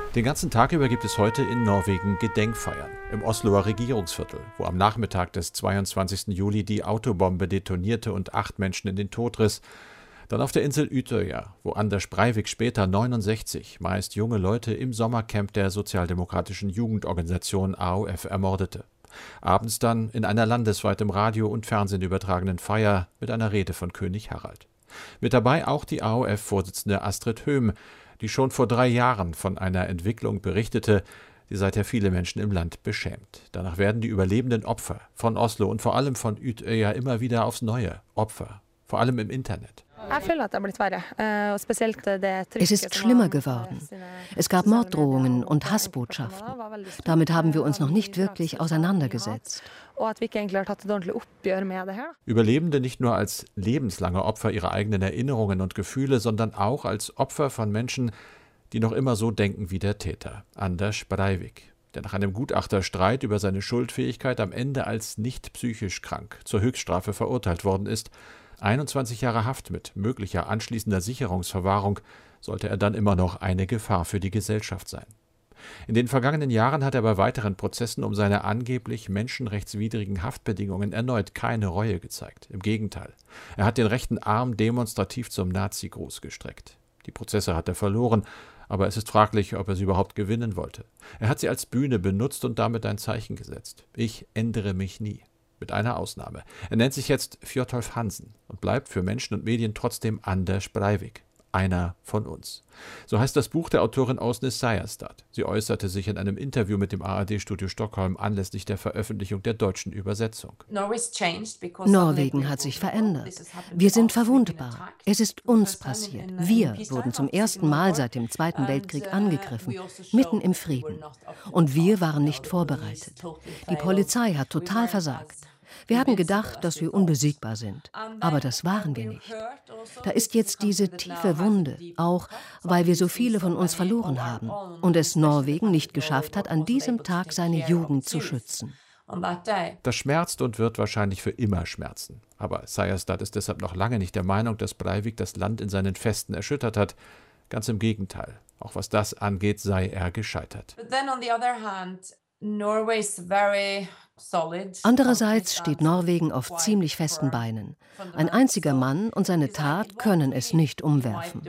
Den ganzen Tag über gibt es heute in Norwegen Gedenkfeiern. Im Osloer Regierungsviertel, wo am Nachmittag des 22. Juli die Autobombe detonierte und 8 Menschen in den Tod riss. Dann auf der Insel Utøya, wo Anders Breivik später 69 meist junge Leute im Sommercamp der sozialdemokratischen Jugendorganisation AUF ermordete. Abends dann in einer landesweit im Radio und Fernsehen übertragenen Feier mit einer Rede von König Harald. Mit dabei auch die AUF-Vorsitzende Astrid Höhm, die schon vor 3 Jahren von einer Entwicklung berichtete, die seither viele Menschen im Land beschämt. Danach werden die überlebenden Opfer von Oslo und vor allem von Utøya immer wieder aufs Neue Opfer, vor allem im Internet. Es ist schlimmer geworden. Es gab Morddrohungen und Hassbotschaften. Damit haben wir uns noch nicht wirklich auseinandergesetzt. Überlebende nicht nur als lebenslange Opfer ihrer eigenen Erinnerungen und Gefühle, sondern auch als Opfer von Menschen, die noch immer so denken wie der Täter, Anders Breivik, der nach einem Gutachterstreit über seine Schuldfähigkeit am Ende als nicht psychisch krank zur Höchststrafe verurteilt worden ist. 21 Jahre Haft mit möglicher anschließender Sicherungsverwahrung, sollte er dann immer noch eine Gefahr für die Gesellschaft sein. In den vergangenen Jahren hat er bei weiteren Prozessen um seine angeblich menschenrechtswidrigen Haftbedingungen erneut keine Reue gezeigt. Im Gegenteil, er hat den rechten Arm demonstrativ zum Nazi-Gruß gestreckt. Die Prozesse hat er verloren, aber es ist fraglich, ob er sie überhaupt gewinnen wollte. Er hat sie als Bühne benutzt und damit ein Zeichen gesetzt. Ich ändere mich nie. Mit einer Ausnahme. Er nennt sich jetzt Fjotolf Hansen und bleibt für Menschen und Medien trotzdem Anders Breivik. Einer von uns. So heißt das Buch der Autorin Åsne Seierstad. Sie äußerte sich in einem Interview mit dem ARD-Studio Stockholm anlässlich der Veröffentlichung der deutschen Übersetzung. Norwegen hat sich verändert. Wir sind verwundbar. Es ist uns passiert. Wir wurden zum ersten Mal seit dem Zweiten Weltkrieg angegriffen, mitten im Frieden. Und wir waren nicht vorbereitet. Die Polizei hat total versagt. Wir hatten gedacht, dass wir unbesiegbar sind, aber das waren wir nicht. Da ist jetzt diese tiefe Wunde, auch weil wir so viele von uns verloren haben und es Norwegen nicht geschafft hat, an diesem Tag seine Jugend zu schützen. Das schmerzt und wird wahrscheinlich für immer schmerzen. Aber Seierstad ist deshalb noch lange nicht der Meinung, dass Breivik das Land in seinen Festen erschüttert hat. Ganz im Gegenteil. Auch was das angeht, sei er gescheitert. Andererseits steht Norwegen auf ziemlich festen Beinen. Ein einziger Mann und seine Tat können es nicht umwerfen.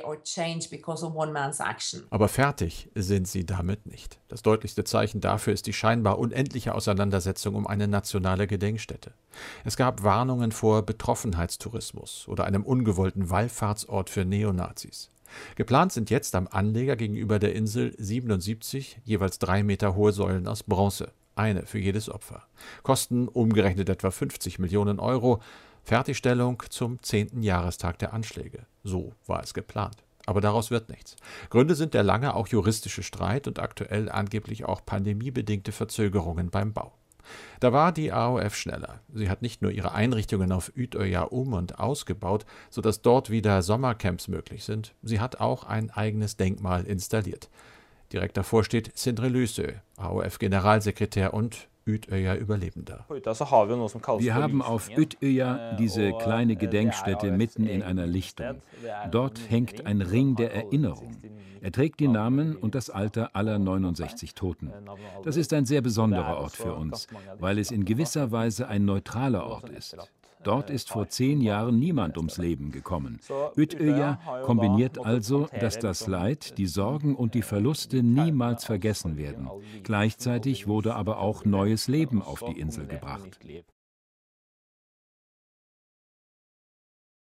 Aber fertig sind sie damit nicht. Das deutlichste Zeichen dafür ist die scheinbar unendliche Auseinandersetzung um eine nationale Gedenkstätte. Es gab Warnungen vor Betroffenheitstourismus oder einem ungewollten Wallfahrtsort für Neonazis. Geplant sind jetzt am Anleger gegenüber der Insel 77 jeweils 3 Meter hohe Säulen aus Bronze. Eine für jedes Opfer. Kosten umgerechnet etwa 50 Millionen Euro. Fertigstellung zum 10. Jahrestag der Anschläge. So war es geplant. Aber daraus wird nichts. Gründe sind der lange auch juristische Streit und aktuell angeblich auch pandemiebedingte Verzögerungen beim Bau. Da war die AUF schneller. Sie hat nicht nur ihre Einrichtungen auf Utøya und ausgebaut, sodass dort wieder Sommercamps möglich sind. Sie hat auch ein eigenes Denkmal installiert. Direkt davor steht Sindre Lysø, AUF-Generalsekretär und Utøya-Überlebender. Wir haben auf Utøya diese kleine Gedenkstätte mitten in einer Lichtung. Dort hängt ein Ring der Erinnerung. Er trägt die Namen und das Alter aller 69 Toten. Das ist ein sehr besonderer Ort für uns, weil es in gewisser Weise ein neutraler Ort ist. Dort ist vor 10 Jahren niemand ums Leben gekommen. Utøya kombiniert also, dass das Leid, die Sorgen und die Verluste niemals vergessen werden. Gleichzeitig wurde aber auch neues Leben auf die Insel gebracht.